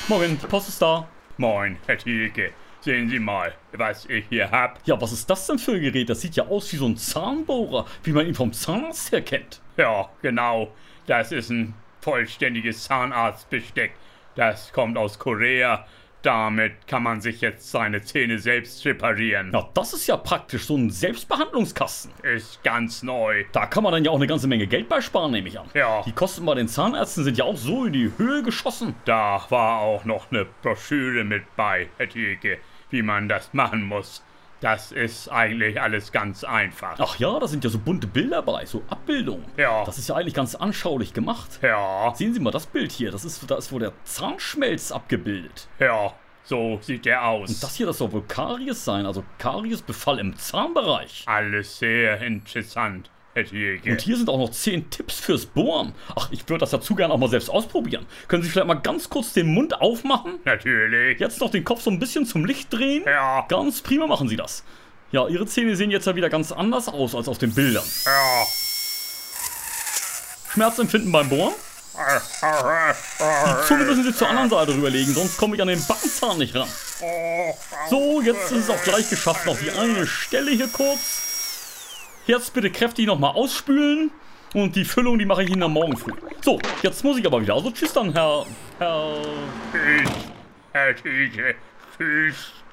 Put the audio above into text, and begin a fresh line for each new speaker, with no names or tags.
Moin, die Post ist da.
Moin, Herr Thielke. Sehen Sie mal, was ich hier hab.
Ja, was ist das denn für ein Gerät? Das sieht ja aus wie so ein Zahnbohrer, wie man ihn vom Zahnarzt her kennt.
Ja, genau. Das ist ein vollständiges Zahnarztbesteck. Das kommt aus Korea. Damit kann man sich jetzt seine Zähne selbst reparieren.
Na, das ist ja praktisch, so ein Selbstbehandlungskasten.
Ist ganz neu.
Da kann man dann ja auch eine ganze Menge Geld bei sparen, nehme ich an.
Ja.
Die Kosten bei den Zahnärzten sind ja auch so in die Höhe geschossen.
Da war auch noch eine Broschüre mit bei, Herr Thielke, wie man das machen muss. Das ist eigentlich alles ganz einfach.
Ach ja, da sind ja so bunte Bilder bei, so Abbildungen.
Ja.
Das ist ja eigentlich ganz anschaulich gemacht.
Ja,
Sehen Sie mal das Bild hier, da ist wohl der Zahnschmelz abgebildet.
ja, so sieht der aus.
Und das hier, das soll wohl Karies sein, also Kariesbefall im Zahnbereich.
Alles sehr interessant, Herr Thielke.
Und hier sind auch noch 10 Tipps fürs Bohren. Ach, ich würde das dazu gerne auch mal selbst ausprobieren. Können Sie vielleicht mal ganz kurz den Mund aufmachen?
Natürlich.
Jetzt noch den Kopf so ein bisschen zum Licht drehen?
Ja.
Ganz prima machen Sie das. Ja, Ihre Zähne sehen jetzt ja wieder ganz anders aus als auf den Bildern.
Ja.
Schmerzempfinden beim Bohren? Die Zunge müssen Sie zur anderen Seite rüberlegen, sonst komme ich an den Backenzahn nicht ran. So, jetzt ist es auch gleich geschafft. Noch die eine Stelle hier kurz. Jetzt bitte kräftig nochmal ausspülen. Und die Füllung, die mache ich Ihnen am Morgen früh. So, jetzt muss ich aber wieder. Also tschüss dann, Herr...
Tschüss, Herr Thielke. Tschüss.